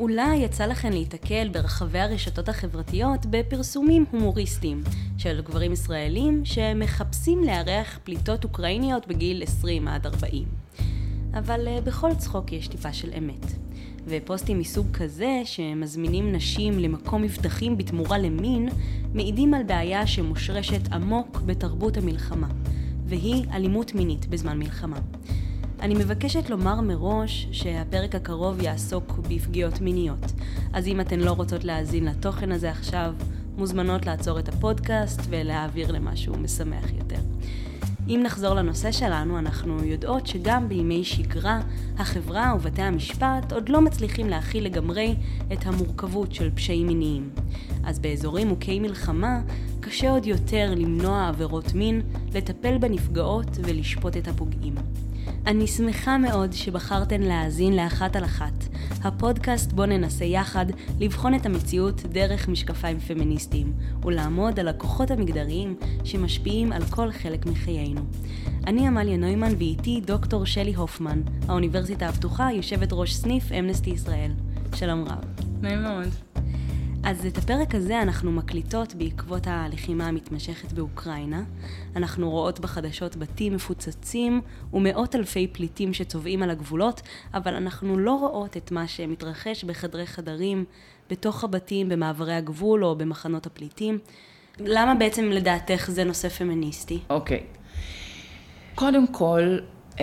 אולי יצא לכם להתקל ברחבי הרשתות החברתיות בפרסומים הומוריסטיים של גברים ישראלים שמחפשים לארח פליטות אוקראיניות בגיל 20 עד 40. אבל בכל צחוק יש טיפה של אמת. ופוסטים מסוג כזה שמזמינים נשים למקום מבטחים בתמורה למין מעידים על בעיה שמושרשת עמוק בתרבות המלחמה, והיא אלימות מינית בזמן מלחמה. אני מבקשת לומר מראש שהפרק הקרוב יעסוק בפגיעות מיניות, אז אם אתן לא רוצות להאזין לתוכן הזה עכשיו, מוזמנות לעצור את הפודקאסט ולהעביר למשהו משמח יותר. אם נחזור לנושא שלנו, אנחנו יודעות שגם בימי שגרה, החברה ובתי המשפט עוד לא מצליחים להכיל לגמרי את המורכבות של פשעים מיניים. אז באזורים מוכי מלחמה, קשה עוד יותר למנוע עבירות מין, לטפל בנפגעות ולשפוט את הפוגעים. אני שמחה מאוד שבחרתן להאזין לאחת על אחת, הפודקאסט בו ננסה יחד לבחון את המציאות דרך משקפיים פמיניסטיים, ולעמוד על הכוחות המגדריים שמשפיעים על כל חלק מחיינו. אני עמליה נוימן ואיתי דוקטור שלי הופמן, האוניברסיטה הפתוחה, יושבת ראש סניף אמנסטי ישראל. שלום רב. נעים מאוד. אז את הפרק הזה אנחנו מקליטות בעקבות הלחימה המתמשכת באוקראינה. אנחנו רואות בחדשות בתים מפוצצים ומאות אלפי פליטים שצובעים על הגבולות, אבל אנחנו לא רואות את מה שמתרחש בחדרי חדרים, בתוך הבתים, במעברי הגבול או במחנות הפליטים. למה בעצם לדעתך זה נושא פמיניסטי? אוקיי. קודם כל,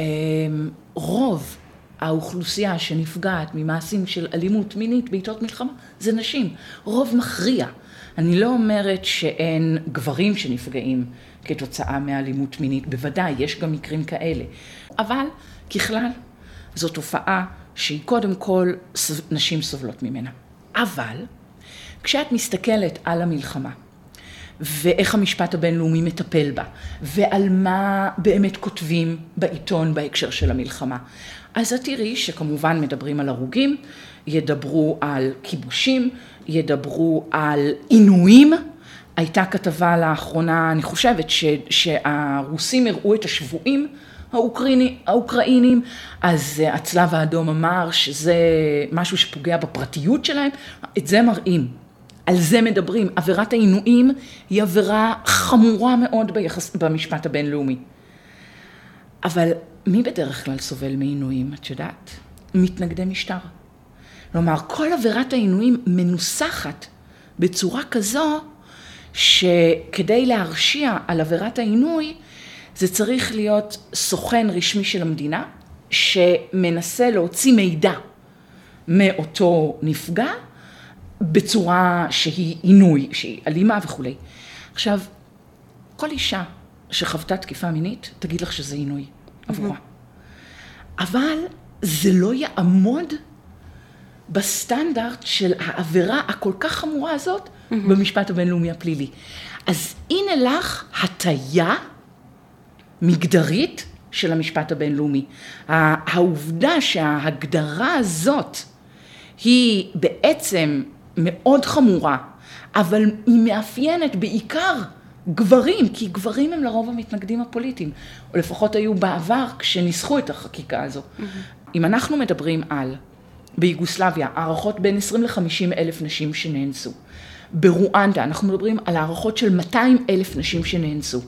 רוב האוכלוסייה שנפגעת ממעשים של אלימות מינית בעיתות מלחמה זה נשים, רוב מכריע. אני לא אומרת שאין גברים שנפגעים כתוצאה מאלימות מינית, בוודאי, יש גם מקרים כאלה. אבל ככלל, זו תופעה שהיא קודם כל נשים סובלות ממנה. אבל כשאת מסתכלת על המלחמה, ואיך המשפט הבינלאומי מטפל בה, ועל מה באמת כותבים בעיתון בהקשר של המלחמה, אז את תראי שכמובן מדברים על הרוגים, ידברו על כיבושים, ידברו על עינויים. הייתה כתבה לאחרונה, אני חושבת שהרוסים הראו את השבועים האוקראינים, אז הצלב האדום אמר שזה משהו שפוגע בפרטיות שלהם, את זה מראים. על זה מדברים. עבירת העינויים היא עבירה חמורה מאוד במשפט הבינלאומי. אבל מי בדרך כלל סובל מעינויים, את יודעת? מתנגדי משטר. כלומר, כל עבירת העינויים מנוסחת בצורה כזו שכדי להרשיע על עבירת העינוי, זה צריך להיות סוכן רשמי של המדינה, שמנסה להוציא מידע מאותו נפגע, בצורה שהיא עינוי, שהיא אלימה וכו'. עכשיו, כל אישה שחוותה תקיפה מינית, תגיד לך שזה עינוי עבורה. אבל זה לא יעמוד בסטנדרט של העבירה הכל כך חמורה הזאת במשפט הבינלאומי הפלילי. אז הנה לך הטיה מגדרית של המשפט הבינלאומי. העובדה שההגדרה הזאת היא בעצם מאוד חמורה, אבל היא מאפיינת בעיקר גברים, כי גברים הם לרוב המתנגדים הפוליטיים, או לפחות היו בעבר כשניסחו את החקיקה הזו. אם אנחנו מדברים על, ביוגוסלביה, הערכות בין 20 ל-50 אלף נשים שנאנסו. ברואנדה, אנחנו מדברים על הערכות של 200 אלף נשים שנאנסו.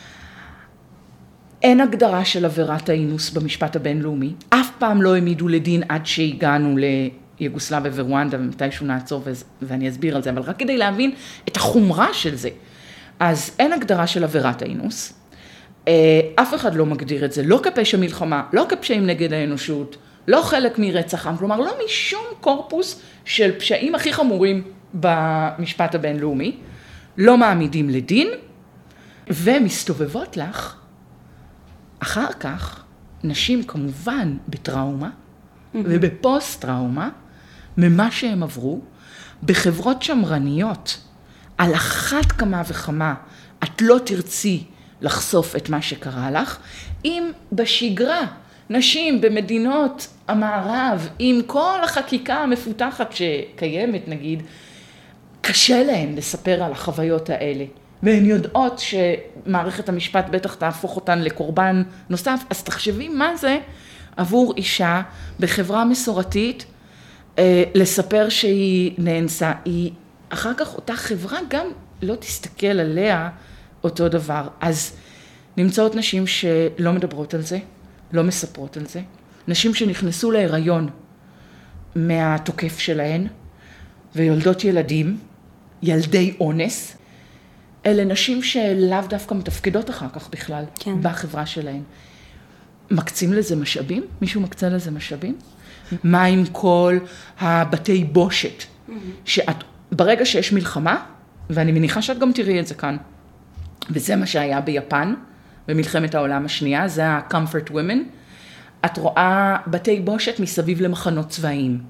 אין הגדרה של עבירת האינוס במשפט הבינלאומי, אף פעם לא העמידו לדין עד שהגענו ליוגוסלביה ורואנדה, ומתישהו נעצור ואני אסביר על זה, אבל רק כדי להבין את החומרה של זה. אז אין הגדרה של עבירת האינוס, אף אחד לא מגדיר את זה, לא כפשע מלחמה, לא כפשעים נגד האנושות, לא חלק מרצח עם, כלומר לא משום קורפוס של פשעים הכי חמורים במשפט הבינלאומי, לא מעמידים לדין, ומסתובבות לך אחר כך נשים כמובן בטראומה ובפוסט טראומה ממה שהם עברו בחברות שמרניות. על אחת כמה וכמה את לא תרצי לחשוף את מה שקרה לך, אם בשגרה נשים במדינות המערב עם כל החקיקה המפותחת שקיימת נגיד, קשה להן לספר על החוויות האלה. והן יודעות שמערכת המשפט בטח תהפוך אותן לקורבן נוסף, אז תחשבי מה זה עבור אישה בחברה מסורתית לספר שהיא נאנסה. אחר כך אותה חברה גם לא תסתכל עליה אותו דבר. אז נמצאות נשים שלא מדברות על זה, לא מספרות על זה. נשים שנכנסו להיריון מהתוקף שלהן, ויולדות ילדים, ילדי אונס. אלה נשים שלאו דווקא מתפקדות אחר כך בכלל, כן. בחברה שלהן. מקצים לזה משאבים? מישהו מקצה לזה משאבים? מה עם כל הבתי בושת? ברגע שיש מלחמה, ואני מניחה שאת גם תראי את זה כאן, וזה מה שהיה ביפן, במלחמת העולם השנייה, זה ה-comfort women, את רואה בתי בושת מסביב למחנות צבאיים.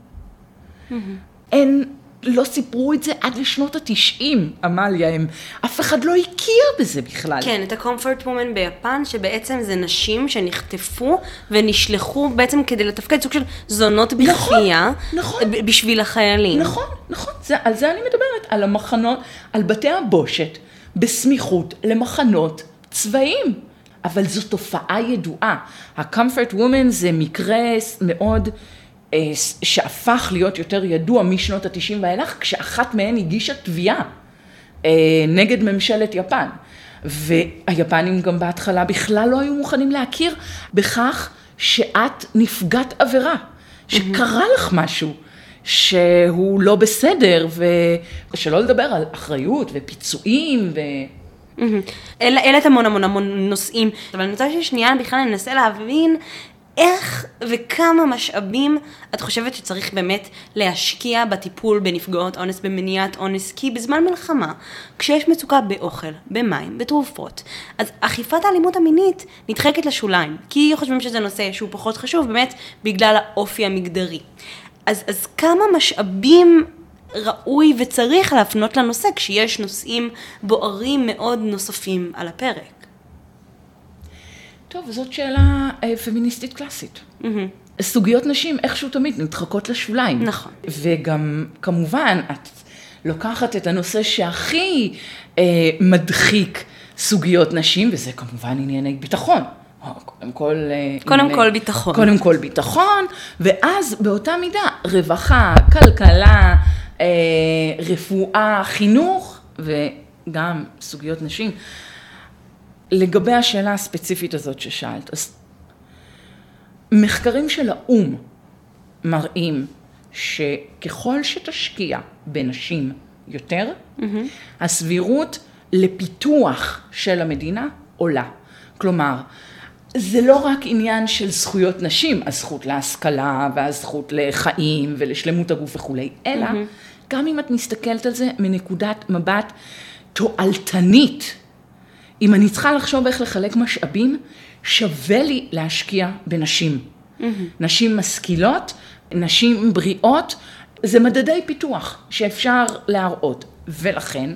לא סיפרו את זה עד לשנות ה-90, אמליה, אף אחד לא הכיר בזה בכלל. כן, את ה-comfort women ביפן, שבעצם זה נשים שנחטפו ונשלחו בעצם כדי לתפקד סוג של זונות בכפייה, נכון. בשביל החיילים. נכון, על זה אני מדברת, על המחנות, על בתי הבושת, בסמיכות למחנות צבאיים. אבל זו תופעה ידועה. ה-comfort women זה מקרה מאוד שהפך להיות יותר ידוע משנות ה-90 ואילך, כשאחת מהן הגישה תביעה נגד ממשלת יפן. והיפנים גם בהתחלה בכלל לא היו מוכנים להכיר בכך שאת נפגעת עבירה, שקרה לך משהו שהוא לא בסדר, ושלא לדבר על אחריות ופיצויים אלה המון נושאים, אבל אני רוצה ששנייה בכלל ננסה להבין איך וכמה משאבים את חושבת שצריך באמת להשקיע בטיפול בנפגעות אונס, במניעת אונס, כי בזמן מלחמה, כשיש מצוקה באוכל, במים, בתרופות, אז אכיפת האלימות המינית נדחקת לשוליים, כי חושבים שזה נושא שהוא פחות חשוב, באמת בגלל האופי המגדרי. אז כמה משאבים ראוי וצריך להפנות לנושא כשיש נושאים בוערים מאוד נוספים על הפרק? טוב, זאת שאלה פמיניסטית קלאסית. סוגיות נשים איכשהו תמיד נדחקות לשוליים. נכון. וגם כמובן את לוקחת את הנושא שהכי מדחיק סוגיות נשים, וזה כמובן ענייני ביטחון. קודם כל ביטחון, ואז באותה מידה רווחה, כלכלה, רפואה, חינוך וגם סוגיות נשים. לגבי השאלה הספציפית הזאת ששאלת, אז מחקרים של האו"ם מראים שככל שתשקיע בנשים יותר, הסבירות לפיתוח של המדינה עולה. כלומר, זה לא רק עניין של זכויות נשים, הזכות להשכלה והזכות לחיים ולשלמות הגוף וכו', אלא גם אם את מסתכלת על זה מנקודת מבט תועלתנית, אם אני צריכה לחשוב איך לחלק משאבים, שווה לי להשקיע בנשים. נשים משכילות, נשים בריאות, זה מדדי פיתוח שאפשר להראות. ולכן,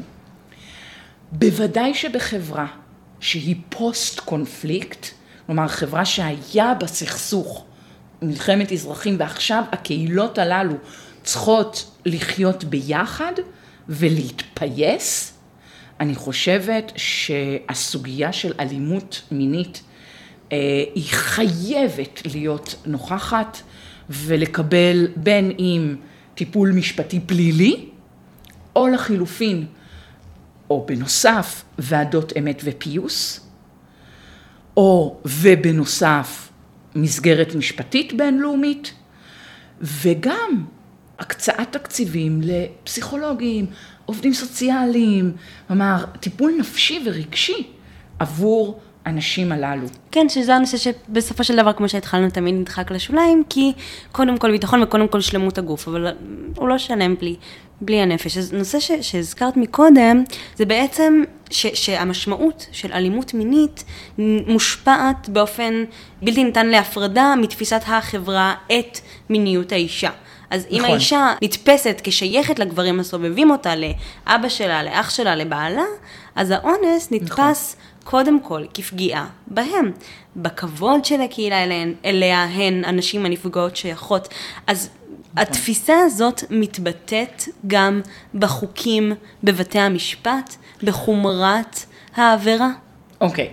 בוודאי שבחברה שהיא פוסט קונפליקט, כלומר חברה שהיה בסכסוך מלחמת אזרחים, ועכשיו הקהילות הללו צריכות לחיות ביחד ולהתפייס, אני חושבת שהסוגיה של אלימות מינית היא חייבת להיות נוכחת ולקבל בין אם טיפול משפטי פלילי, או לחילופין, או בנוסף ועדות אמת ופיוס, או ובנוסף מסגרת משפטית בינלאומית, וגם הקצאת תקציבים לפסיכולוגים, עובדים סוציאליים, כלומר, טיפול נפשי ורגשי עבור אנשים הללו. כן, שזה הנושא שבסופו של דבר, כמו שהתחלנו, תמיד נדחק לשוליים, כי קודם כל ביטחון וקודם כל שלמות הגוף, אבל הוא לא שלם בלי הנפש. אז נושא שהזכרת מקודם, זה בעצם שהמשמעות של אלימות מינית מושפעת באופן בלתי ניתן להפרדה מתפיסת החברה את מיניות האישה. אז אם האישה נתפסת כשייכת לגברים הסובבים אותה, לאבא שלה, לאח שלה, לבעלה, אז האונס נתפס קודם כל כפגיעה בהם, בכבוד של הקהילה אליה הן הנשים הנפגעות שייכות. אז התפיסה הזאת מתבטאת גם בחוקים בבתי המשפט, בחומרת העבירה. אוקיי.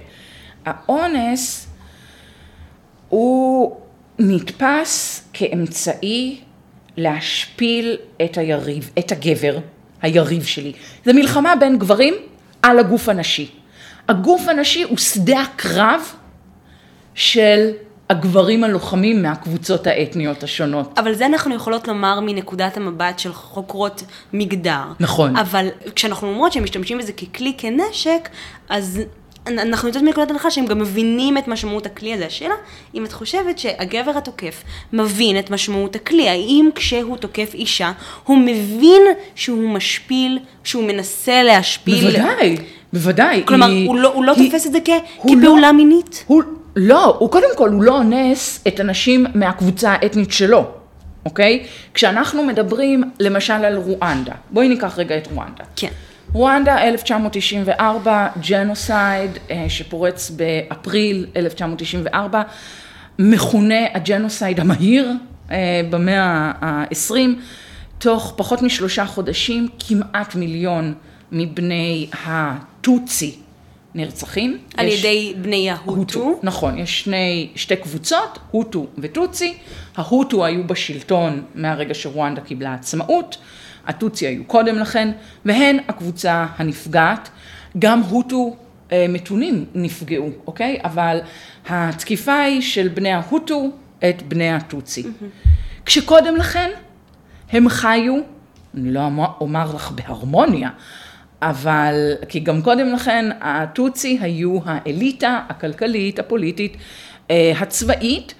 האונס הוא נתפס כאמצעי להשפיל את היריב, את הגבר, היריב שלי. זו מלחמה בין גברים על הגוף הנשי. הגוף הנשי הוא שדה הקרב של הגברים הלוחמים מהקבוצות האתניות השונות. אבל זה אנחנו יכולות לומר מנקודת המבט של חוקרות מגדר. נכון. אבל כשאנחנו אומרות שהם משתמשים בזה ככלי, כנשק, אז אנחנו יודעות מנקודת הנחה שהם גם מבינים את משמעות הכלי הזה. השאלה, אם את חושבת שהגבר התוקף מבין את משמעות הכלי, האם כשהוא תוקף אישה, הוא מבין שהוא משפיל, שהוא מנסה להשפיל? בוודאי, בוודאי. כלומר, הוא לא תופס את זה כפעולה מינית? לא, הוא קודם כל, הוא לא אונס את הנשים מהקבוצה האתנית שלו, אוקיי? כשאנחנו מדברים למשל על רואנדה, בואי ניקח רגע את רואנדה. כן. רואנדה 1994, ג'נוסייד שפורץ באפריל 1994, מכונה הג'נוסייד המהיר במאה ה-20, תוך פחות מ3 חודשים, כמעט 1,000,000 מבני הטוצי נרצחים. על ידי בני ההוטו. נכון, יש שתי קבוצות, הוטו וטוצי. ההוטו היו בשלטון מהרגע שרואנדה קיבלה עצמאות, הטוצי היו קודם לכן, והן הקבוצה הנפגעת. גם הוטו מתונים נפגעו, אוקיי? אבל התקיפה היא של בני ההוטו את בני הטוצי. כשקודם לכן הם חיו, אני לא אומר לך בהרמוניה, אבל כי גם קודם לכן הטוצי היו האליטה הכלכלית, הפוליטית, הצבאית,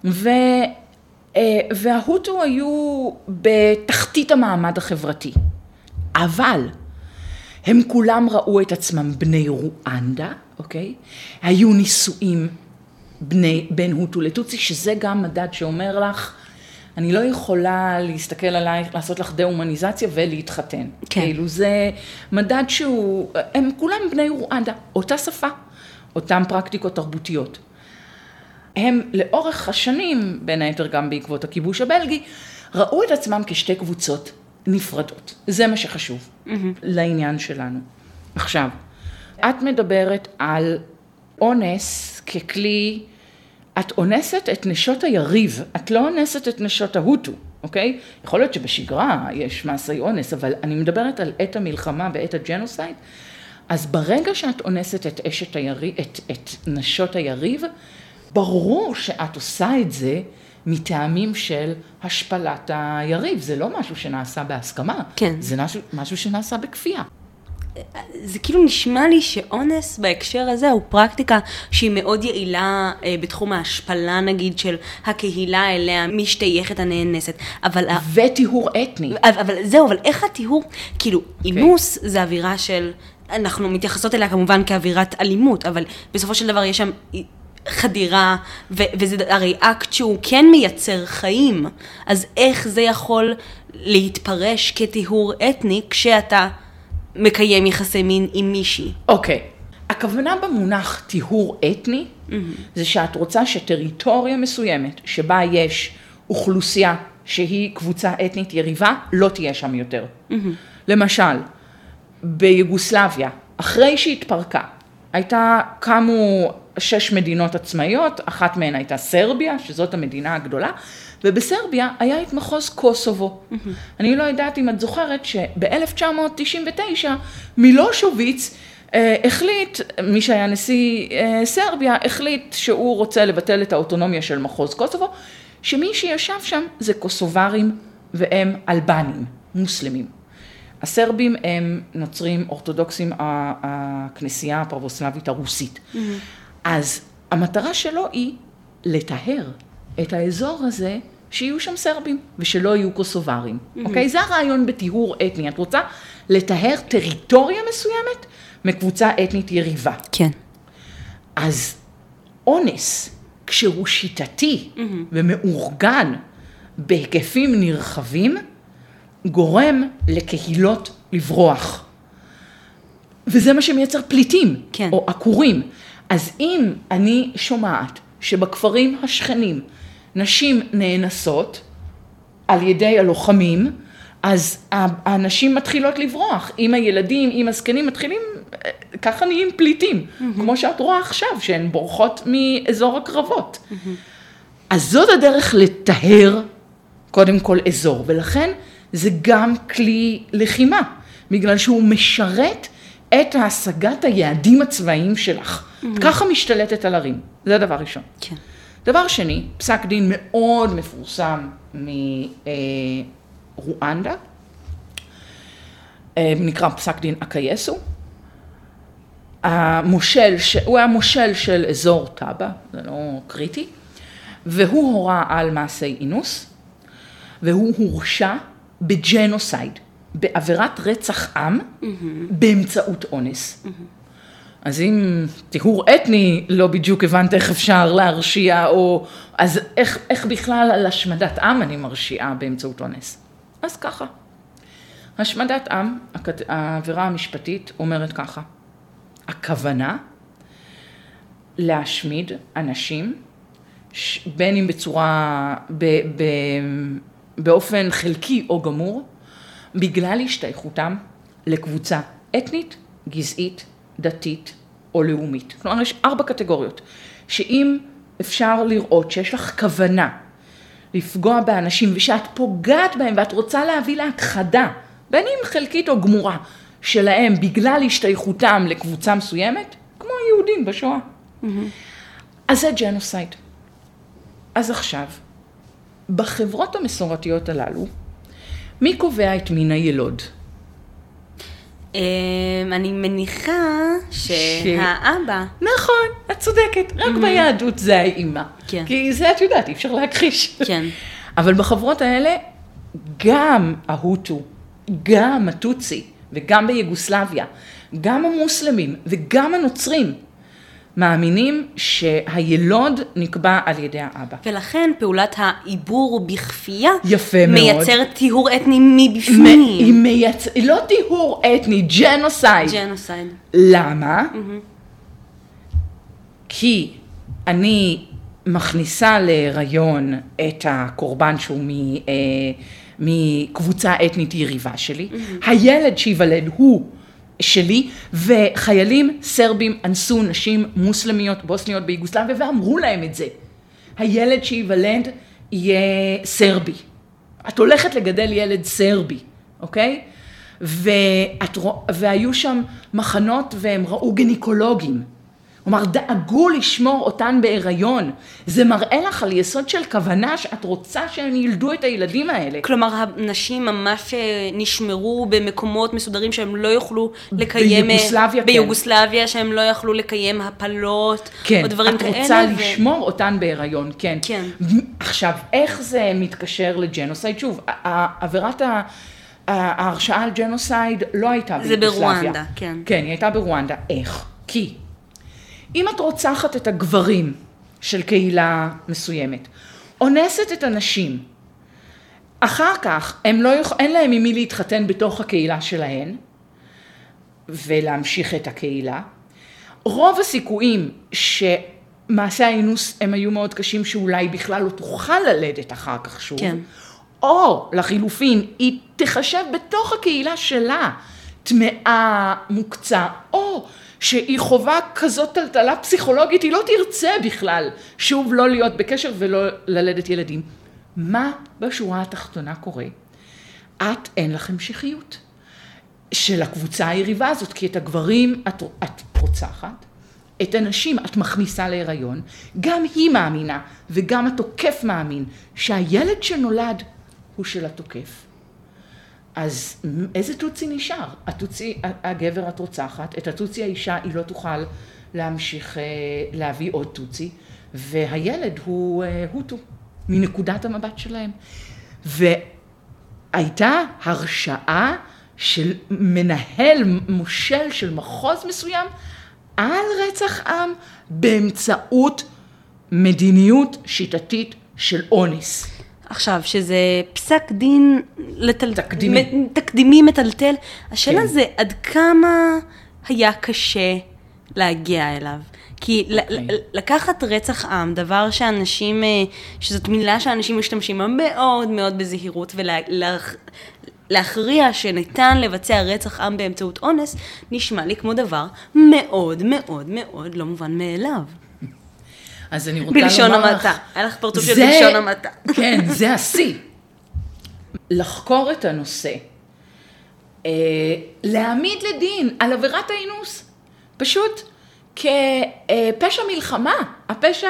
וההוטו היו בתחתית המעמד החברתי. אבל הם כולם ראו את עצמם בני רואנדה, אוקיי? היו נישואים בין הוטו לטוצי, שזה גם מדד שאומר לך, אני לא יכולה להסתכל עלייך, לעשות לך דה-הומניזציה ולהתחתן. כן. כאילו זה מדד שהוא, הם כולם בני רואנדה, אותה שפה, אותם פרקטיקות תרבותיות. הם לאורך השנים, בין היתר גם בעקבות הכיבוש הבלגי, ראו את עצמם כשתי קבוצות נפרדות. זה מה שחשוב לעניין שלנו. עכשיו, את מדברת על אונס ככלי, את אונסת את נשות היריב, את לא אונסת את נשות ההוטו, אוקיי? יכול להיות שבשגרה יש מעשי אונס, אבל אני מדברת על עת המלחמה ועת הג'נוסייד, אז ברגע שאת אונסת את אשת היריב, את נשות היריב, ברור שאת עושה את זה מטעמים של השפלת היריב, זה לא משהו שנעשה בהסכמה, כן. זה משהו שנעשה בכפייה. זה כאילו נשמע לי שאונס בהקשר הזה הוא פרקטיקה שהיא מאוד יעילה בתחום ההשפלה נגיד של הקהילה אליה משתייכת הנאנסת, אבל וטיהור אתני. אבל זהו, אבל איך הטיהור, כאילו אינוס זה אווירה של, אנחנו מתייחסות אליה כמובן כאווירת אלימות, אבל בסופו של דבר יש שם חדירה, וזה הרי אקט שהוא כן מייצר חיים, אז איך זה יכול להתפרש כטיהור אתני כשאתה מקיים יחסי מין עם מישהי? אוקיי. הכוונה במונח טיהור אתני, זה שאת רוצה שטריטוריה מסוימת, שבה יש אוכלוסייה שהיא קבוצה אתנית יריבה, לא תהיה שם יותר. למשל, ביוגוסלביה, אחרי שהתפרקה, קמו 6 מדינות עצמאיות, אחת מהן הייתה סרביה, שזאת המדינה הגדולה, ובסרביה היה את מחוז קוסובו. אני לא יודעת אם את זוכרת שב-1999 מילושוויץ החליט, מי שהיה נשיא סרביה, החליט שהוא רוצה לבטל את האוטונומיה של מחוז קוסובו, שמי שישב שם זה קוסוברים והם אלבנים, מוסלמים. הסרבים הם נוצרים אורתודוקסים, הכנסייה הפרבוסלבית הרוסית. אז המטרה שלו היא לטהר את האזור הזה, שיהיו שם סרבים ושלא יהיו קוסוברים. אוקיי? זה הרעיון בטיהור אתני. את רוצה לטהר טריטוריה מסוימת מקבוצה אתנית יריבה. כן. אז אונס, כשהוא שיטתי ומאורגן בהיקפים נרחבים, גורם לקהילות לברוח. וזה מה שמייצר פליטים, כן. או עקורים. אז אם אני שומעת שבכפרים השכנים נשים נאנסות על ידי הלוחמים, אז האנשים מתחילות לברוח. עם הילדים, עם הזקנים מתחילים, ככה נהיים פליטים. כמו שאת רואה עכשיו, שהן בורחות מאזור הקרבות. אז זאת הדרך לטהר קודם כל אזור, ולכן זה גם כלי לחימה, בגלל שהוא משרת את השגת היעדים הצבאיים שלך. ככה משתלטת על ערים, זה הדבר ראשון. כן. דבר שני, פסק דין מאוד מפורסם מרואנדה, נקרא פסק דין אקייסו. הוא היה מושל של אזור טאבה, זה לא קריטי, והוא הורה על מעשי אינוס, והוא הורשע בג'נוסייד, בעבירת רצח עם באמצעות אונס. אז אם טיהור אתני לא בדיוק הבנת איך אפשר להרשיע, אז איך בכלל על השמדת עם אני מרשיעה באמצעות אונס? אז ככה. השמדת עם, העבירה המשפטית אומרת ככה, הכוונה להשמיד אנשים, בין אם באופן חלקי או גמור, בגלל השתייכותם לקבוצה אתנית, גזעית, דתית או לאומית. כלומר, יש 4 קטגוריות, שאם אפשר לראות שיש לך כוונה לפגוע באנשים ושאת פוגעת בהם ואת רוצה להביא להכחדה, בין אם חלקית או גמורה, שלהם בגלל השתייכותם לקבוצה מסוימת, כמו היהודים בשואה. אז זה ג'נוסייד. אז עכשיו, בחברות המסורתיות הללו, מי קובע את מין הילוד? אני מניחה שהאבא. נכון, את צודקת, רק ביהדות זה האמא. כן. כי זה את יודעת, אי אפשר להכחיש. כן. אבל בחברות האלה, גם ההוטו, גם הטוצי, וגם ביוגוסלביה, גם המוסלמים וגם הנוצרים, מאמינים שהילוד נקבע על ידי האבא. ולכן פעולת העיבור בכפייה יפה מאוד. מייצרת טיהור אתני מבפנים. היא לא טיהור אתני, ג'נוסייד. ג'נוסייד. למה? כי אני מכניסה להיריון את הקורבן שהוא מקבוצה אתנית יריבה שלי, הילד שיוולד הוא שלי, וחיילים סרבים אנסו נשים מוסלמיות בוסניות ביוגוסלביה ואמרו להם את זה. הילד שיוולד יהיה סרבי. את הולכת לגדל ילד סרבי, אוקיי? והיו שם מחנות והם ראו גינקולוגים. כלומר, דאגו לשמור אותן בהיריון. זה מראה לך על יסוד של כוונה שאת רוצה שהם ילדו את הילדים האלה. כלומר, הנשים ממש נשמרו במקומות מסודרים שהם לא יוכלו לקיים... ביוגוסלביה, ביוגוסלביה, שהם לא יכלו לקיים הפלות, כן, או דברים כאלה. כן, את רוצה לשמור אותן בהיריון, כן. כן. עכשיו, איך זה מתקשר לג'נוסייד? שוב, עבירת ההרשעה על ג'נוסייד לא הייתה ביוגוסלביה. זה ברואנדה, כן. כן, היא הייתה ברואנדה. איך? כי אם את רוצחת את הגברים של קהילה מסוימת, אונסת את הנשים, אחר כך אין להם עם מי להתחתן בתוך הקהילה שלהן, ולהמשיך את הקהילה, רוב הסיכויים שמעשי האינוס הם היו מאוד קשים, שאולי בכלל לא תוכל ללדת אחר כך שוב, כן. או לחילופין, היא תחשב בתוך הקהילה שלה, טמאה מוקצה, או שהיא חובה כזאת טלטלה פסיכולוגית, היא לא תרצה בכלל שוב לא להיות בקשר ולא ללדת ילדים. מה בשורה התחתונה קורה? אין לך המשכיות של הקבוצה היריבה הזאת, כי את הגברים את רוצחת, את הנשים את מכניסה להיריון, גם היא מאמינה וגם התוקף מאמין שהילד שנולד הוא של התוקף. אז איזה טוצי נשאר? הטוצי, הגבר את רוצחת, את הטוצי האישה היא לא תוכל להמשיך להביא עוד טוצי, והילד הוא הוטו, מנקודת המבט שלהם. והייתה הרשעה של מנהל מושל של מחוז מסוים, על רצח עם באמצעות מדיניות שיטתית של אונס. עכשיו, שזה פסק דין תקדימי מטלטל, השאלה כן. זה עד כמה היה קשה להגיע אליו. כי לקחת רצח עם, דבר שאנשים, שזאת מילה שאנשים משתמשים מאוד מאוד בזהירות, ולהכריע שניתן לבצע רצח עם באמצעות אונס, נשמע לי כמו דבר מאוד מאוד מאוד לא מובן מאליו. אז אני רוצה לומר לך... בלשון המעטה. היה לך פרצוף של בלשון המעטה. כן, זה השיא. לחקור את הנושא, להעמיד לדין על עבירת האינוס, פשוט כפשע מלחמה, הפשע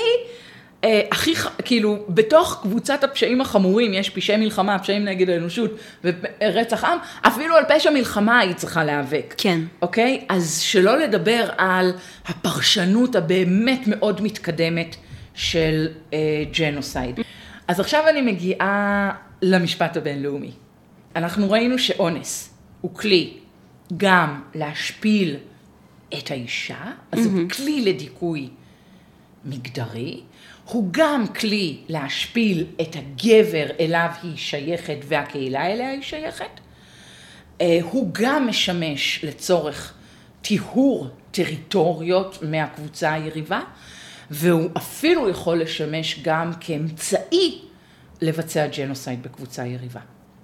הכי, כאילו, בתוך קבוצת הפשעים החמורים, יש פשעי מלחמה, פשעים נגד האנושות ורצח עם, אפילו על פשע מלחמה היא צריכה להיאבק. כן. אוקיי? אז שלא לדבר על הפרשנות הבאמת מאוד מתקדמת של ג'נוסייד. אז עכשיו אני מגיעה למשפט הבינלאומי. אנחנו ראינו שאונס הוא כלי גם להשפיל את האישה, אז הוא כלי לדיכוי מגדרי, הוא גם כלי להשפיל את הגבר אליו היא שייכת והקהילה אליה היא שייכת, הוא גם משמש לצורך טיהור טריטוריות מהקבוצה היריבה, והוא אפילו יכול לשמש גם כאמצעי לבצע ג'נוסייד בקבוצה יריבה.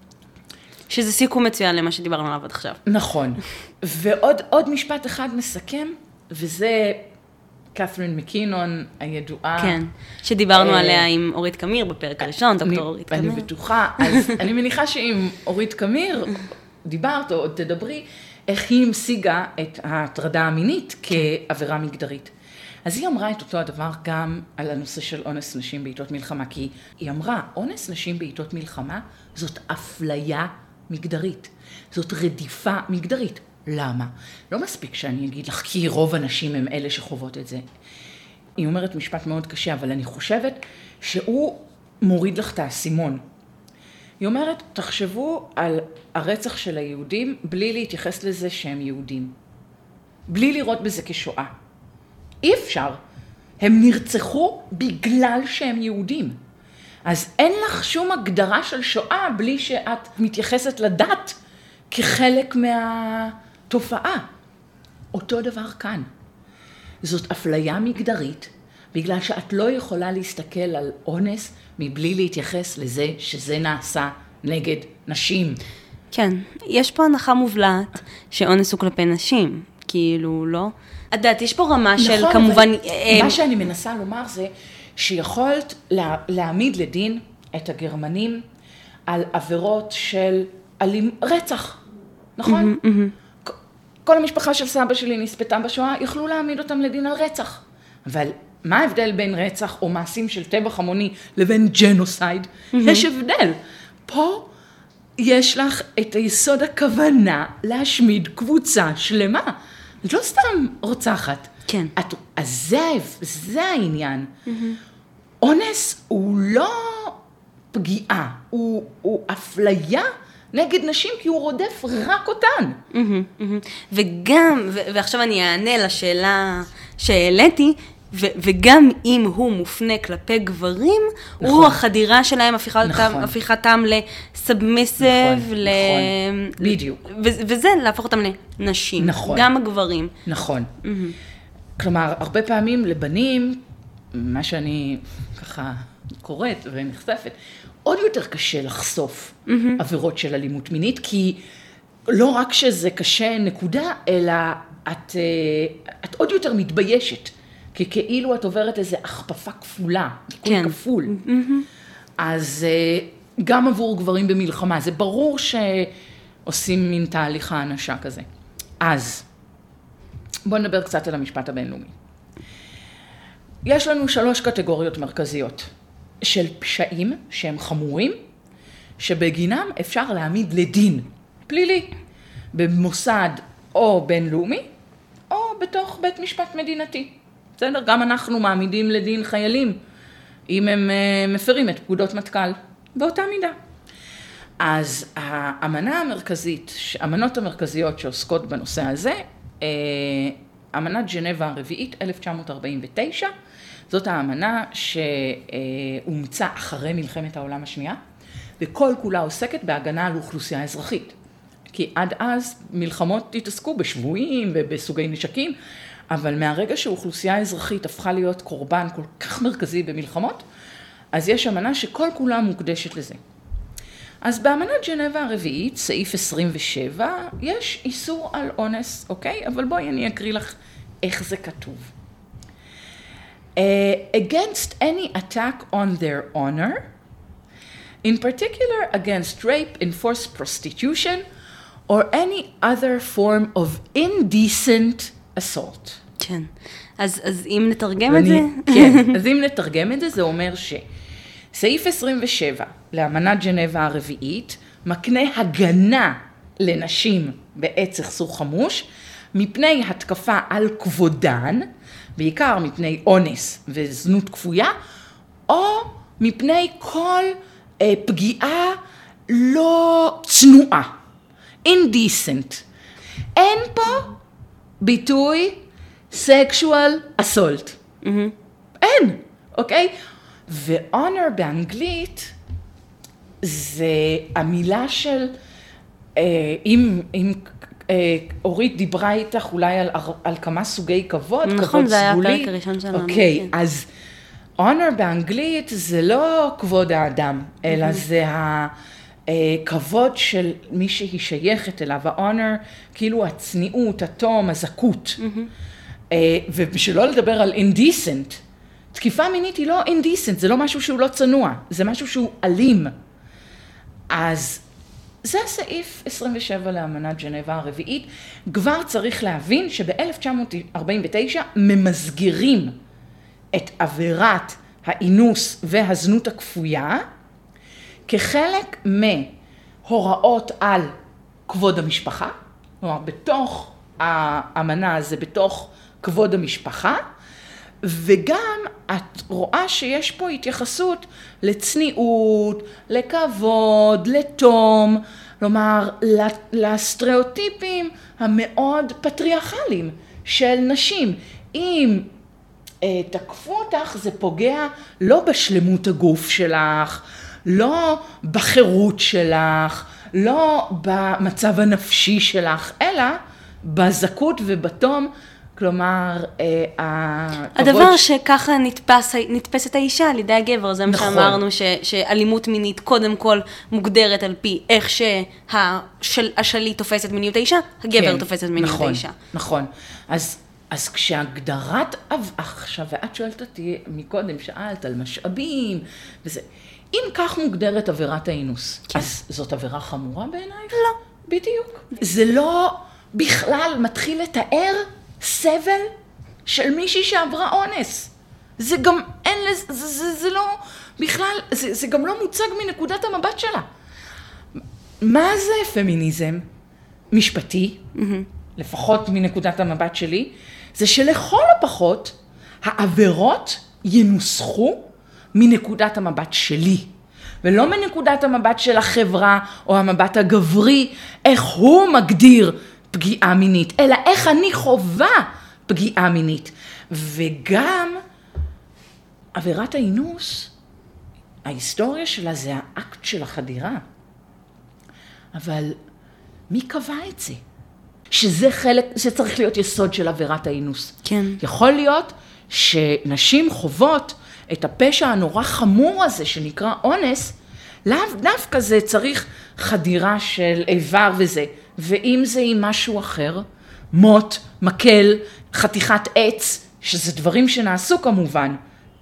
שזה סיכום מצוין למה שדיברנו עליו עד עכשיו. נכון. ועוד משפט אחד מסכם, וזה קת'רין מקינון הידועה. כן, שדיברנו עליה עם אורית קמיר בפרק הראשון, דוקטור אורית קמיר. אני בטוחה, אז אני מניחה שעם אורית קמיר דיברת או עוד תדברי, איך היא המשיגה את ההטרדה המינית כעבירה מגדרית. אז היא אמרה את אותו הדבר גם על הנושא של אונס נשים בעיתות מלחמה, כי היא אמרה, אונס נשים בעיתות מלחמה זאת אפליה מגדרית, זאת רדיפה מגדרית. למה? לא מספיק שאני אגיד לך, כי רוב הנשים הם אלה שחוות את זה. היא אומרת משפט מאוד קשה, אבל אני חושבת שהוא מוריד לך את האסימון. היא אומרת, תחשבו על הרצח של היהודים בלי להתייחס לזה שהם יהודים. בלי לראות בזה כשואה. אי אפשר. הם נרצחו בגלל שהם יהודים. אז אין לך שום הגדרה של שואה בלי שאת מתייחסת לדת כחלק מהתופעה. אותו דבר כאן. זאת אפליה מגדרית, בגלל שאת לא יכולה להסתכל על אונס מבלי להתייחס לזה שזה נעשה נגד נשים. כן, יש פה הנחה מובלעת שאונס הוא כלפי נשים, כאילו לא. את יודעת, יש פה רמה של כמובן... מה שאני מנסה לומר זה שיכולת להעמיד לדין את הגרמנים על עבירות של רצח, נכון? כל המשפחה של סבא שלי נספתה בשואה, יכלו להעמיד אותם לדין על רצח. אבל מה ההבדל בין רצח או מעשים של טבח המוני לבין ג'נוסייד? יש הבדל. פה יש לך את היסוד הכוונה להשמיד קבוצה שלמה. את לא סתם רוצחת. כן. אז זה העניין. אונס הוא לא פגיעה, הוא אפליה נגד נשים, כי הוא רודף רק אותן. וגם, ועכשיו אני אענה לשאלה שהעליתי, וגם אם הוא מופנה כלפי גברים, הוא החדירה שלהם, הפיכתם לסאבמיסיב, בדיוק. וזה להפוך אותם לנשים, גם הגברים. נכון. כלומר, הרבה פעמים לבנים, מה שאני ככה קוראת ונחשפת, עוד יותר קשה לחשוף עבירות של אלימות מינית, כי לא רק שזה קשה נקודה, אלא את עוד יותר מתביישת, כי כאילו את עוברת איזו הכפפה כפולה, תיקון כפול. אז גם עבור גברים במלחמה, זה ברור שעושים מין תהליך האנשה כזה. אז בואו נדבר קצת על המשפט הבינלאומי. יש לנו 3 קטגוריות מרכזיות של פשעים שהם חמורים, שבגינם אפשר להעמיד לדין פלילי, במוסד או בינלאומי, או בתוך בית משפט מדינתי. בסדר? גם אנחנו מעמידים לדין חיילים, אם הם מפרים את פקודות מטכ"ל, באותה מידה. אז האמנות המרכזיות שעוסקות בנושא הזה, אמנת ז'נבה הרביעית, 1949, זאת האמנה שהומצאה אחרי מלחמת העולם השנייה, וכל כולה עוסקת בהגנה על אוכלוסייה אזרחית. כי עד אז מלחמות התעסקו בשבויים ובסוגי נשקים, אבל מהרגע שאוכלוסייה אזרחית הפכה להיות קורבן כל כך מרכזי במלחמות, אז יש אמנה שכל כולה מוקדשת לזה. אז באמנת ז'נבה הרביעית, סעיף 27, יש איסור על אונס, אוקיי? אבל בואי אני אקריא לך איך זה כתוב. Against any attack on their honor, in particular against rape, enforced prostitution, or any other form of indecent assault. כן. אז אם נתרגם את זה? כן, אז אם נתרגם את זה, זה אומר סעיף 27 לאמנת ז'נבה הרביעית מקנה הגנה לנשים בעת סכסוך חמוש מפני התקפה על כבודן, בעיקר מפני אונס וזנות כפויה, או מפני כל פגיעה לא צנועה, indecent. אין פה ביטוי sexual assault. אין, אוקיי? ו-honor באנגלית זה המילה של, אם אורית דיברה איתך אולי על כמה סוגי כבוד, נכון, כבוד זה היה סגולי. הפרק הראשון שלנו. אוקיי, אז honor באנגלית זה לא כבוד האדם, אלא זה הכבוד של מי שהיא שייכת אליו, ה-honor, כאילו הצניעות, התום, הזכות. ושלא לדבר על indecent. תקיפה מינית היא לא indecent, זה לא משהו שהוא לא צנוע, זה משהו שהוא אלים. אז זה סעיף 27 לאמנת ז'נבה הרביעית. כבר צריך להבין שב-1949 ממסגרים את עבירת האינוס והזנות הכפויה כחלק מהוראות על כבוד המשפחה, כלומר בתוך האמנה זה בתוך כבוד המשפחה, וגם את רואה שיש פה התייחסות לצניעות, לכבוד, לתום, כלומר לסטריאוטיפים המאוד פטריארכליים של נשים. אם תקפו אותך זה פוגע לא בשלמות הגוף שלך, לא בחירות שלך, לא במצב הנפשי שלך, אלא בזכות ובתום, כלומר, הדבר שככה נתפסת האישה על ידי הגבר, זה מה שאמרנו, שאלימות מינית קודם כל מוגדרת על פי איך שהשליט תופסת מיניות האישה, הגבר תופסת מיניות האישה. נכון, אז כשהגדרת עכשיו, ואת שואלת אותי מקודם, שאלת על משאבים, וזה, אם כך מוגדרת עבירת האינוס, אז זאת עבירה חמורה בעינייך? לא. בדיוק. זה לא בכלל מתחיל לתאר סבל של מישהי שעברה אונס. זה גם אין לזה, זה לא בכלל, זה גם לא מוצג מנקודת המבט שלה. מה זה פמיניזם משפטי, לפחות מנקודת המבט שלי, זה שלכל הפחות העבירות ינוסחו מנקודת המבט שלי, ולא מנקודת המבט של החברה או המבט הגברי, איך הוא מגדיר פגיעה מינית, אלא איך אני חובה פגיעה מינית. וגם עבירת האינוס, ההיסטוריה שלה זה האקט של החדירה. אבל מי קבע את זה? שזה חלק, זה צריך להיות יסוד של עבירת האינוס. כן. יכול להיות שנשים חוות את הפשע הנורא חמור הזה שנקרא אונס, לאו דווקא זה צריך חדירה של איבר וזה, ואם זה עם משהו אחר, מוט, מקל, חתיכת עץ, שזה דברים שנעשו כמובן,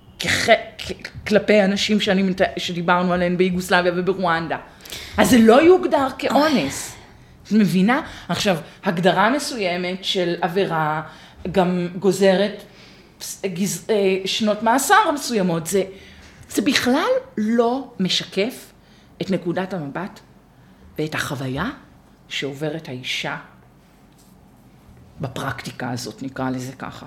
כלפי אנשים שדיברנו עליהם ביוגוסלביה וברואנדה. אז זה לא יוגדר כאונס. את מבינה? עכשיו, הגדרה מסוימת של עבירה גם גוזרת שנות מאסר מסוימות. זה בכלל לא משקף את נקודת המבט ואת החוויה שעוברת האישה בפרקטיקה הזאת, נקרא לזה ככה.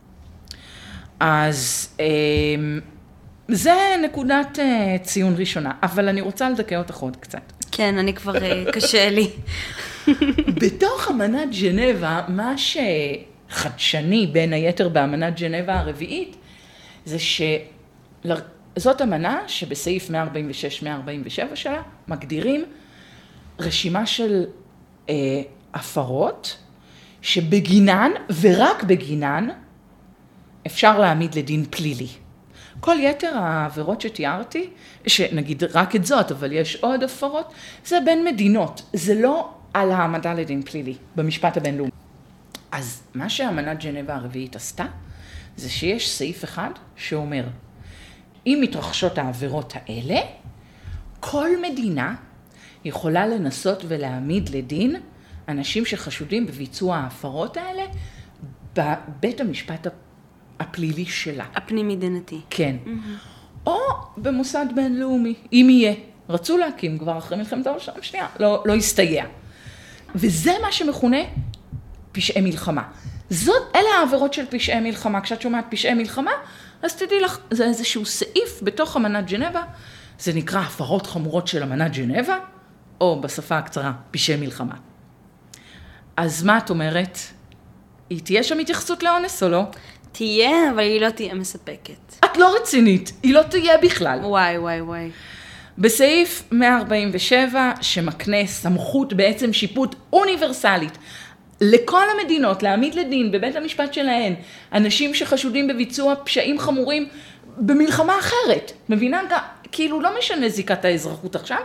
אז זה נקודת ציון ראשונה, אבל אני רוצה לדכא אותך עוד קצת. כן, אני כבר קשה לי. בתוך אמנת ז'נבה, מה שחדשני בין היתר באמנת ז'נבה הרביעית, זה שזאת אמנה שבסעיף 146-147 שלה מגדירים רשימה של הפרות שבגינן ורק בגינן אפשר להעמיד לדין פלילי. כל יתר העבירות שתיארתי, שנגיד רק את זאת, אבל יש עוד הפרות, זה בין מדינות, זה לא על העמדה לדין פלילי במשפט הבינלאומי. אז מה שאמנת ז'נבה הרביעית עשתה, זה שיש סעיף אחד שאומר, אם מתרחשות העבירות האלה, כל מדינה יכולה לנסות ולהעמיד לדין אנשים שחשודים בביצוע ההפרות האלה בבית המשפט הפלילי שלה. הפנים-מדינתי. כן. או במוסד בינלאומי, אם יהיה. רצו להקים כבר אחרי מלחמת העולם השנייה, לא הסתייע. וזה מה שמכונה פשעי מלחמה. אלה העבירות של פשעי מלחמה. כשאת שומעת פשעי מלחמה, אז תדעי לך, זה איזשהו סעיף בתוך אמנת ג'נבה, זה נקרא הפרות חמורות של אמנת ג'נבה, או בשפה הקצרה, פשעי מלחמה. אז מה את אומרת? היא תהיה שם התייחסות לאונס או לא? תהיה, אבל היא לא תהיה מספקת. את לא רצינית, היא לא תהיה בכלל. וואי. בסעיף 147, שמקנה סמכות בעצם שיפוט אוניברסלית, לכל המדינות להעמיד לדין בבית המשפט שלהן, אנשים שחשודים בביצוע פשעים חמורים במלחמה אחרת. מבינה? כאילו לא משנה זיקת האזרחות עכשיו.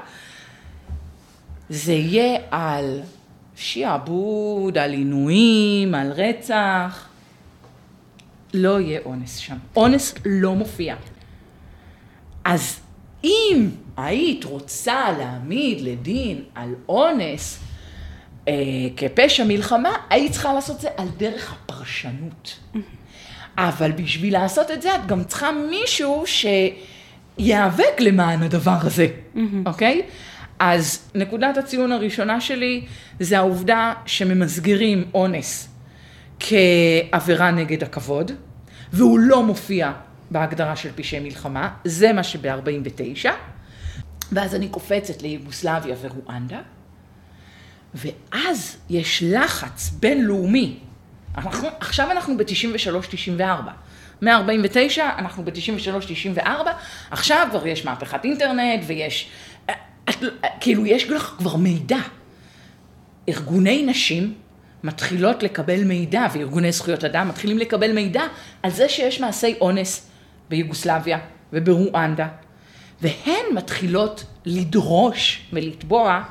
זה יהיה על שיעבוד, על עינויים, על רצח. לא יהיה אונס שם. אונס לא מופיע. אז אם היית רוצה להעמיד לדין על אונס כפשע מלחמה, היית צריכה לעשות את זה על דרך הפרשנות. אבל בשביל לעשות את זה, את גם צריכה מישהו שיאבק למען הדבר הזה, אוקיי? אז נקודת הציון הראשונה שלי, זה העובדה שממסגרים אונס כעבירה נגד הכבוד, והוא לא מופיע בהגדרה של פשעי מלחמה, זה מה שב-49, ואז אני קופצת ליוגוסלביה ורואנדה, ואז יש לחץ בינלאומי. עכשיו אנחנו ב-93-94. 149 אנחנו ב-93-94, עכשיו כבר יש מהפכת אינטרנט ויש, כאילו יש לך כבר מידע. ארגוני נשים מתחילות לקבל מידע, וארגוני זכויות אדם מתחילים לקבל מידע על זה שיש מעשי אונס ביוגוסלביה וברואנדה, והן מתחילות לדרוש ולתבוע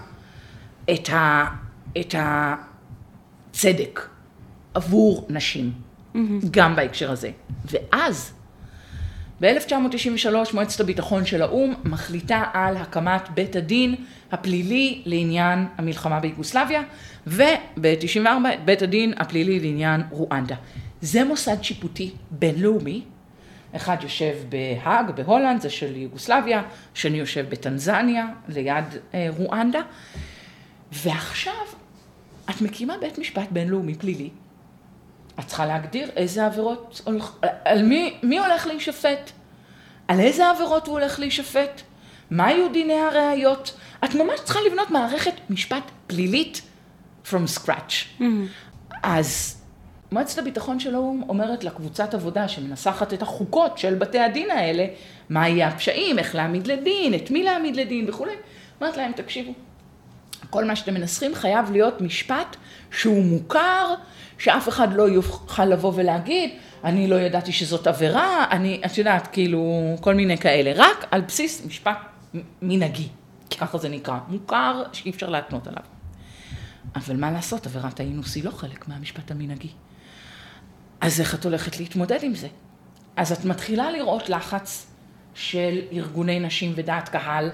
את הצדק עבור נשים, גם בהקשר הזה. ואז, ב-1993, מועצת הביטחון של האו"ם מחליטה על הקמת בית הדין הפלילי לעניין המלחמה ביוגוסלביה, וב-94 בית הדין הפלילי לעניין רואנדה. זה מוסד שיפוטי בינלאומי, אחד יושב בהאג, בהולנד, זה של יוגוסלביה, שני יושב בטנזניה, ליד רואנדה, ועכשיו את מקימה בית משפט בינלאומי פלילי, את צריכה להגדיר איזה עבירות, על מי הולך להישפט, על איזה עבירות הוא הולך להישפט, מה היו דיני הראיות, את ממש צריכה לבנות מערכת משפט פלילית from scratch. אז מועצת הביטחון של האו"ם אומרת לקבוצת עבודה שמנסחת את החוקות של בתי הדין האלה, מה יהיה הפשעים, איך להעמיד לדין, את מי להעמיד לדין וכו'. אומרת להם, תקשיבו, כל מה שאתם מנסחים חייב להיות משפט שהוא מוכר, שאף אחד לא יוכל לבוא ולהגיד, אני לא ידעתי שזאת עבירה, את יודעת, כאילו, כל מיני כאלה, רק על בסיס משפט מנהגי, ככה זה נקרא, מוכר שאי אפשר להתנות עליו. אבל מה לעשות, עבירת האינוס היא לא חלק מהמשפט המנהגי. אז איך את הולכת להתמודד עם זה? אז את מתחילה לראות לחץ של ארגוני נשים ודעת קהל,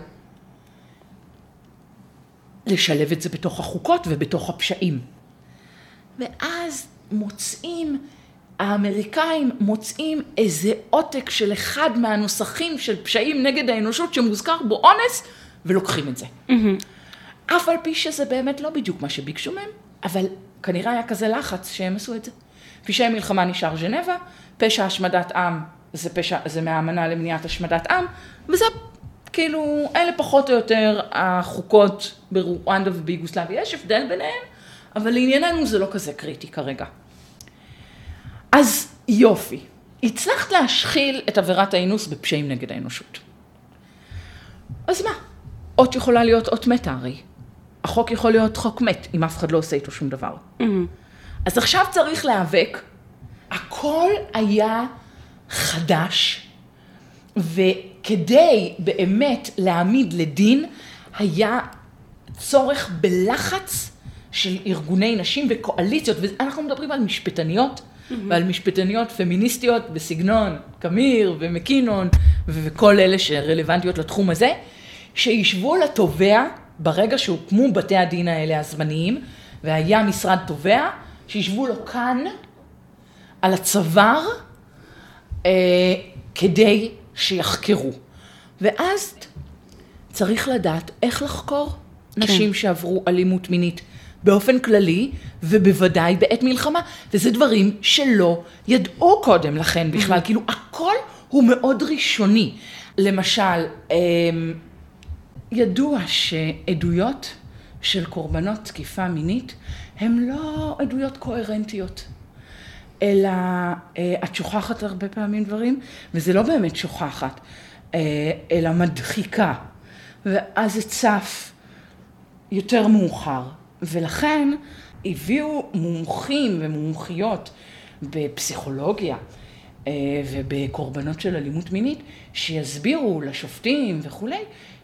לשלב את זה בתוך החוקות ובתוך הפשעים. ואז האמריקאים מוצאים איזה עותק של אחד מהנוסחים של פשעים נגד האנושות שמוזכר בו אונס, ולוקחים את זה. אף על פי שזה באמת לא בדיוק מה שביקשו מהם, אבל כנראה היה כזה לחץ שהם עשו את זה. פשעי מלחמה נשאר ז'נבה, פשע השמדת עם זה מהאמנה למניעת השמדת עם, וזה כאילו, אלה פחות או יותר החוקות ברואנדה וביוגוסלביה, יש הבדל ביניהם, אבל לענייננו זה לא כזה קריטי כרגע. אז יופי, הצלחת להשחיל את עבירת האינוס בפשעים נגד האנושות. אז מה? אות יכולה להיות אות מתה הרי. החוק יכול להיות חוק מת, אם אף אחד לא עושה איתו שום דבר. אז עכשיו צריך להיאבק, הכל היה חדש, וכדי באמת להעמיד לדין, היה צורך בלחץ של ארגוני נשים וקואליציות, ואנחנו מדברים על משפטניות, ועל משפטניות פמיניסטיות בסגנון קמיר ומקינון, וכל אלה שרלוונטיות לתחום הזה, שישבו לתובע, ברגע שהוקמו בתי הדין האלה הזמניים, והיה משרד תובע, שישבו לו כאן, על הצוואר, כדי שיחקרו. ואז צריך לדעת איך לחקור נשים שעברו אלימות מינית באופן כללי, ובוודאי בעת מלחמה. וזה דברים שלא ידעו קודם לכן בכלל, כאילו הכל הוא מאוד ראשוני. למשל, ידוע שעדויות של קורבנות תקיפה מינית, הן לא עדויות קוהרנטיות, אלא את שוכחת הרבה פעמים דברים, וזה לא באמת שוכחת, אלא מדחיקה, ואז זה צף יותר מאוחר, ולכן הביאו מומחים ומומחיות בפסיכולוגיה ובקורבנות של אלימות מינית, שיסבירו לשופטים וכולי,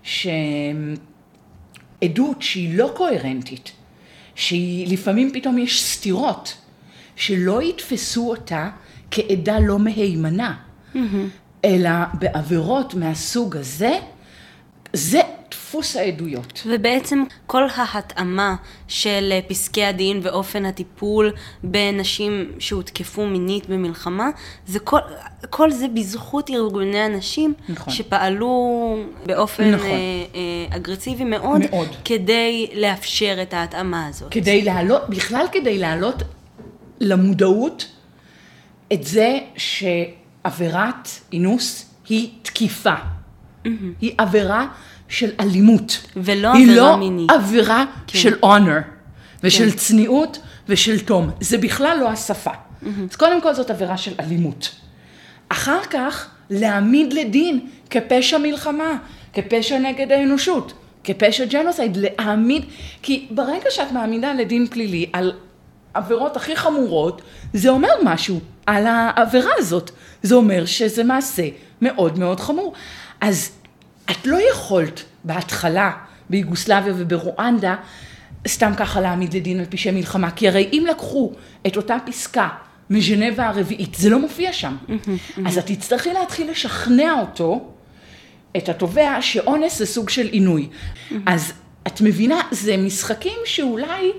שעדות שהיא לא קוהרנטית, שלפעמים פתאום יש סתירות, שלא יתפסו אותה כעדה לא מהימנה, אלא בעבירות מהסוג הזה, זה דפוס העדויות. ובעצם כל ההתאמה של פסקי הדין ואופן הטיפול בנשים שהותקפו מינית במלחמה, זה כל זה בזכות ארגוני הנשים, נכון. שפעלו באופן נכון. אגרסיבי מאוד, מאוד, כדי לאפשר את ההתאמה הזאת. כדי להעלות, בכלל כדי להעלות למודעות את זה שעבירת אינוס היא תקיפה. היא עבירה של אלימות. ולא עבירה מינית. היא לא עבירה של honor, ושל צניעות ושל תום. זה בכלל לא השפה. אז קודם כל זאת עבירה של אלימות. אחר כך להעמיד לדין כפשע מלחמה, כפשע נגד האנושות, כפשע ג'נוסייד, להעמיד, כי ברגע שאת מעמידה לדין פלילי על עבירות הכי חמורות, זה אומר משהו על העבירה הזאת. זה אומר שזה מעשה מאוד מאוד חמור. אז את לא יכולת בהתחלה ביוגוסלביה וברואנדה סתם ככה להעמיד לדין על פשעי מלחמה, כי הרי אם לקחו את אותה פסקה מז'נבה הרביעית, זה לא מופיע שם. אז את תצטרכי להתחיל לשכנע אותו, את התובע, שאונס זה סוג של עינוי. אז את מבינה, זה משחקים שאולי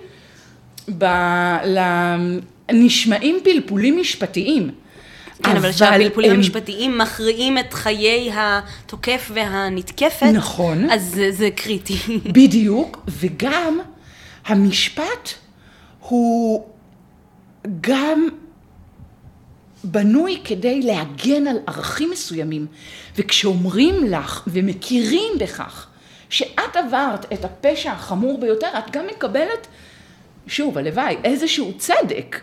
נשמעים פלפולים משפטיים. כן, אבל שהפלפולים המשפטיים מכריעים את חיי התוקף והנתקפת, נכון. אז זה קריטי. בדיוק, וגם המשפט הוא גם בנוי כדי להגן על ערכים מסוימים, וכשאומרים לך ומכירים בכך שאת עברת את הפשע החמור ביותר, את גם מקבלת, שוב, הלוואי, איזשהו צדק,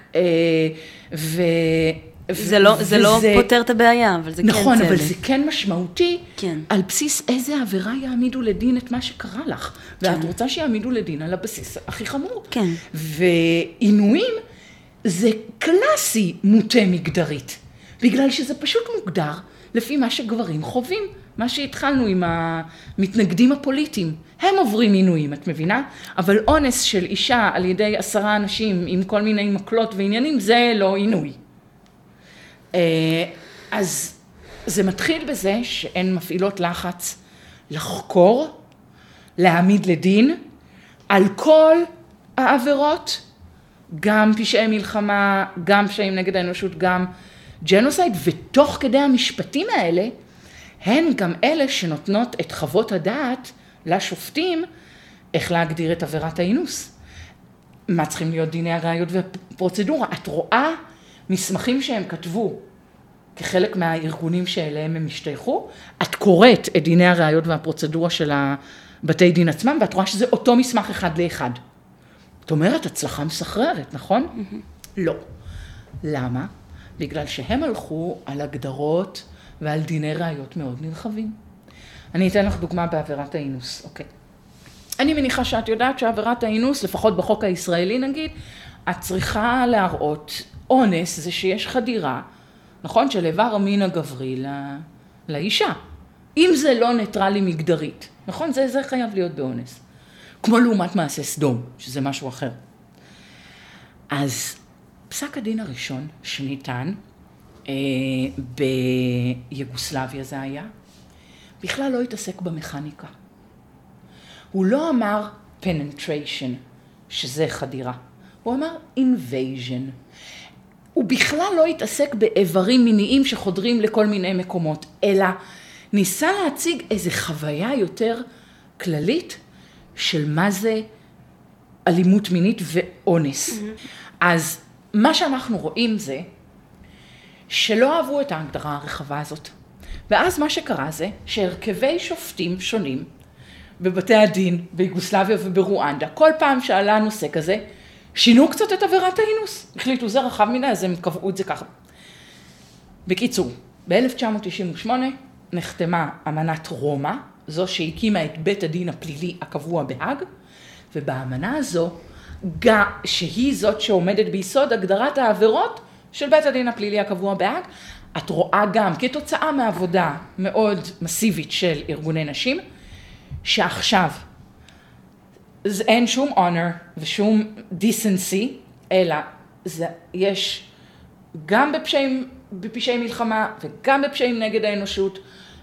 זה לא פותר את הבעיה, אבל זה כן צדק. נכון, אבל זה כן משמעותי, כן. על בסיס איזה עבירה יעמידו לדין את מה שקרה לך, ואת רוצה שיעמידו לדין על הבסיס הכי חמור. כן. ועינויים זה קלאסי מוטה מגדרית, בגלל שזה פשוט מוגדר לפי מה שגברים חווים, מה שהתחלנו עם המתנגדים הפוליטיים. הם עוברים עינויים, את מבינה? אבל אונס של אישה על ידי 10 אנשים עם כל מיני מקלות ועניינים, זה לא עינוי. אז זה מתחיל בזה שהן מפעילות לחץ לחקור, להעמיד לדין על כל העבירות, גם פשעי מלחמה, גם פשעים נגד האנושות, גם ג'נוסייד, ותוך כדי המשפטים האלה, הן גם אלה שנותנות את חוות הדעת לשופטים, איך להגדיר את עבירת האינוס. מה צריכים להיות דיני הראיות והפרוצדורה? את רואה מסמכים שהם כתבו כחלק מהארגונים שאליהם הם השתייכו, את קוראת את דיני הראיות והפרוצדורה של הבתי דין עצמם, ואת רואה שזה אותו מסמך אחד לאחד. זאת אומרת, הצלחה מסחררת, נכון? לא. למה? בגלל שהם הלכו על הגדרות ועל דיני ראיות מאוד נרחבים. אני אתן לך דוגמה בעבירת האינוס, אוקיי. אני מניחה שאת יודעת שעבירת האינוס, לפחות בחוק הישראלי נגיד, את צריכה להראות אונס, זה שיש חדירה, נכון? של איבר המין הגברי לאישה. אם זה לא ניטרלי מגדרית, נכון? זה חייב להיות באונס. כמו לעומת מעשה סדום, שזה משהו אחר. אז פסק הדין הראשון שניתן, ביוגוסלביה זה היה, בכלל לא התעסק במכניקה. הוא לא אמר penetration, שזה חדירה. הוא אמר invasion. הוא בכלל לא התעסק באיברים מיניים שחודרים לכל מיני מקומות, אלא ניסה להציג איזו חוויה יותר כללית של מה זה אלימות מינית ואונס. אז מה שאנחנו רואים זה שלא אהבו את ההגדרה הרחבה הזאת. ואז מה שקרה זה שהרכבי שופטים שונים בבתי הדין, ביוגוסלביה וברואנדה, כל פעם שעלה נושא כזה, שינו קצת את עבירת האינוס. החליטו, זה רחב מדי, אז הם קבעו את זה ככה. בקיצור, ב-1998 נחתמה אמנת רומא, זו שהקימה את בית הדין הפלילי הקבוע בהאג, ובאמנה הזו, שהיא זאת שעומדת ביסוד הגדרת העבירות של בית הדין הפלילי הקבוע בהאג, את רואה גם כתוצאה מעבודה מאוד מסיבית של ארגוני נשים, שעכשיו אין שום honor ושום decency, אלא יש גם בפשעי מלחמה וגם בפשעים נגד האנושות,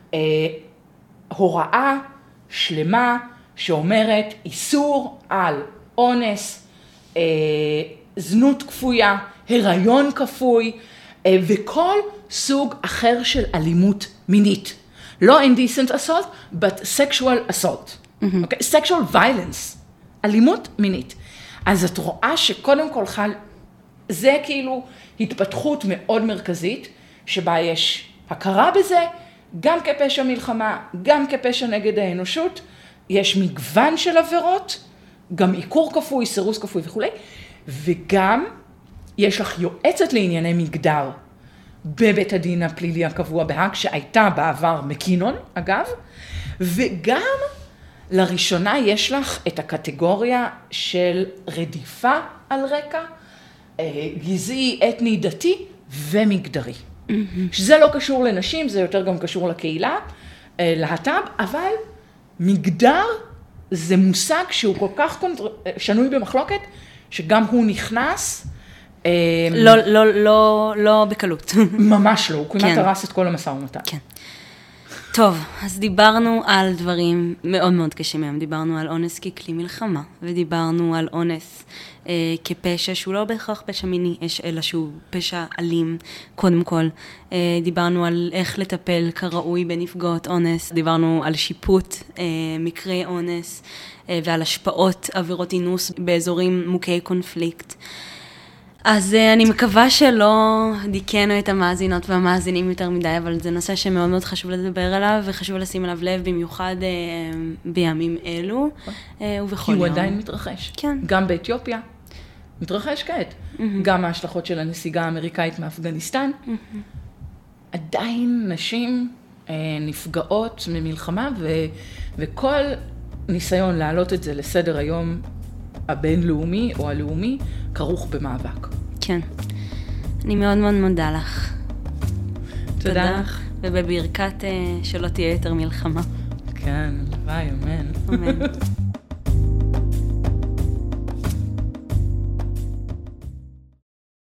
הוראה שלמה שאומרת איסור על אונס, זנות כפויה, הריון כפוי, וכל סוג אחר של אלימות מינית. לא indecent assault, but sexual assault. Okay? sexual violence. אלימות מינית. אז את רואה שקודם כל זה כאילו התפתחות מאוד מרכזית, שבה יש הכרה בזה, גם כפשע מלחמה, גם כפשע נגד האנושות, יש מגוון של עבירות, גם עיקור כפוי, סירוס כפוי וכו', וגם יש לך יועצת לענייני מגדר בבית הדין הפלילי הקבוע בהאג, שהייתה בעבר מקינון, אגב, וגם לראשונה יש לך את הקטגוריה של רדיפה על רקע, גזעי, אתני, דתי ומגדרי. שזה לא קשור לנשים, זה יותר גם קשור לקהילה, להט"ב, אבל מגדר זה מושג שהוא כל כך שנוי במחלוקת, שגם הוא נכנס. לא בקלות. ממש לא, הוא כמעט הרס את כל המשא ומתן. כן. טוב, אז דיברנו על דברים מאוד מאוד קשים היום. דיברנו על אונס ככלי מלחמה, ודיברנו על אונס כפשע שהוא לא בהכרח פשע מיני, אלא שהוא פשע אלים, קודם כל. דיברנו על איך לטפל כראוי בנפגעות אונס, דיברנו על שיפוט מקרי אונס, ועל השפעות עבירות אינוס באזורים מוכי קונפליקט. אז אני מקווה שלא דיכאנו את המאזינות והמאזינים יותר מדי, אבל זה נושא שמאוד מאוד חשוב לדבר עליו, וחשוב לשים עליו לב במיוחד בימים אלו, ובכל יום. כי הוא עדיין מתרחש. כן. גם באתיופיה, מתרחש כעת. גם ההשלכות של הנסיגה האמריקאית מאפגניסטן. עדיין נשים נפגעות ממלחמה, וכל ניסיון להעלות את זה לסדר היום הבינלאומי או הלאומי, כרוך במאבק. כן. אני מאוד מאוד מודה לך. תודה. ובברכת שלא תהיה יותר מלחמה. כן, ביי, אמן. אמן.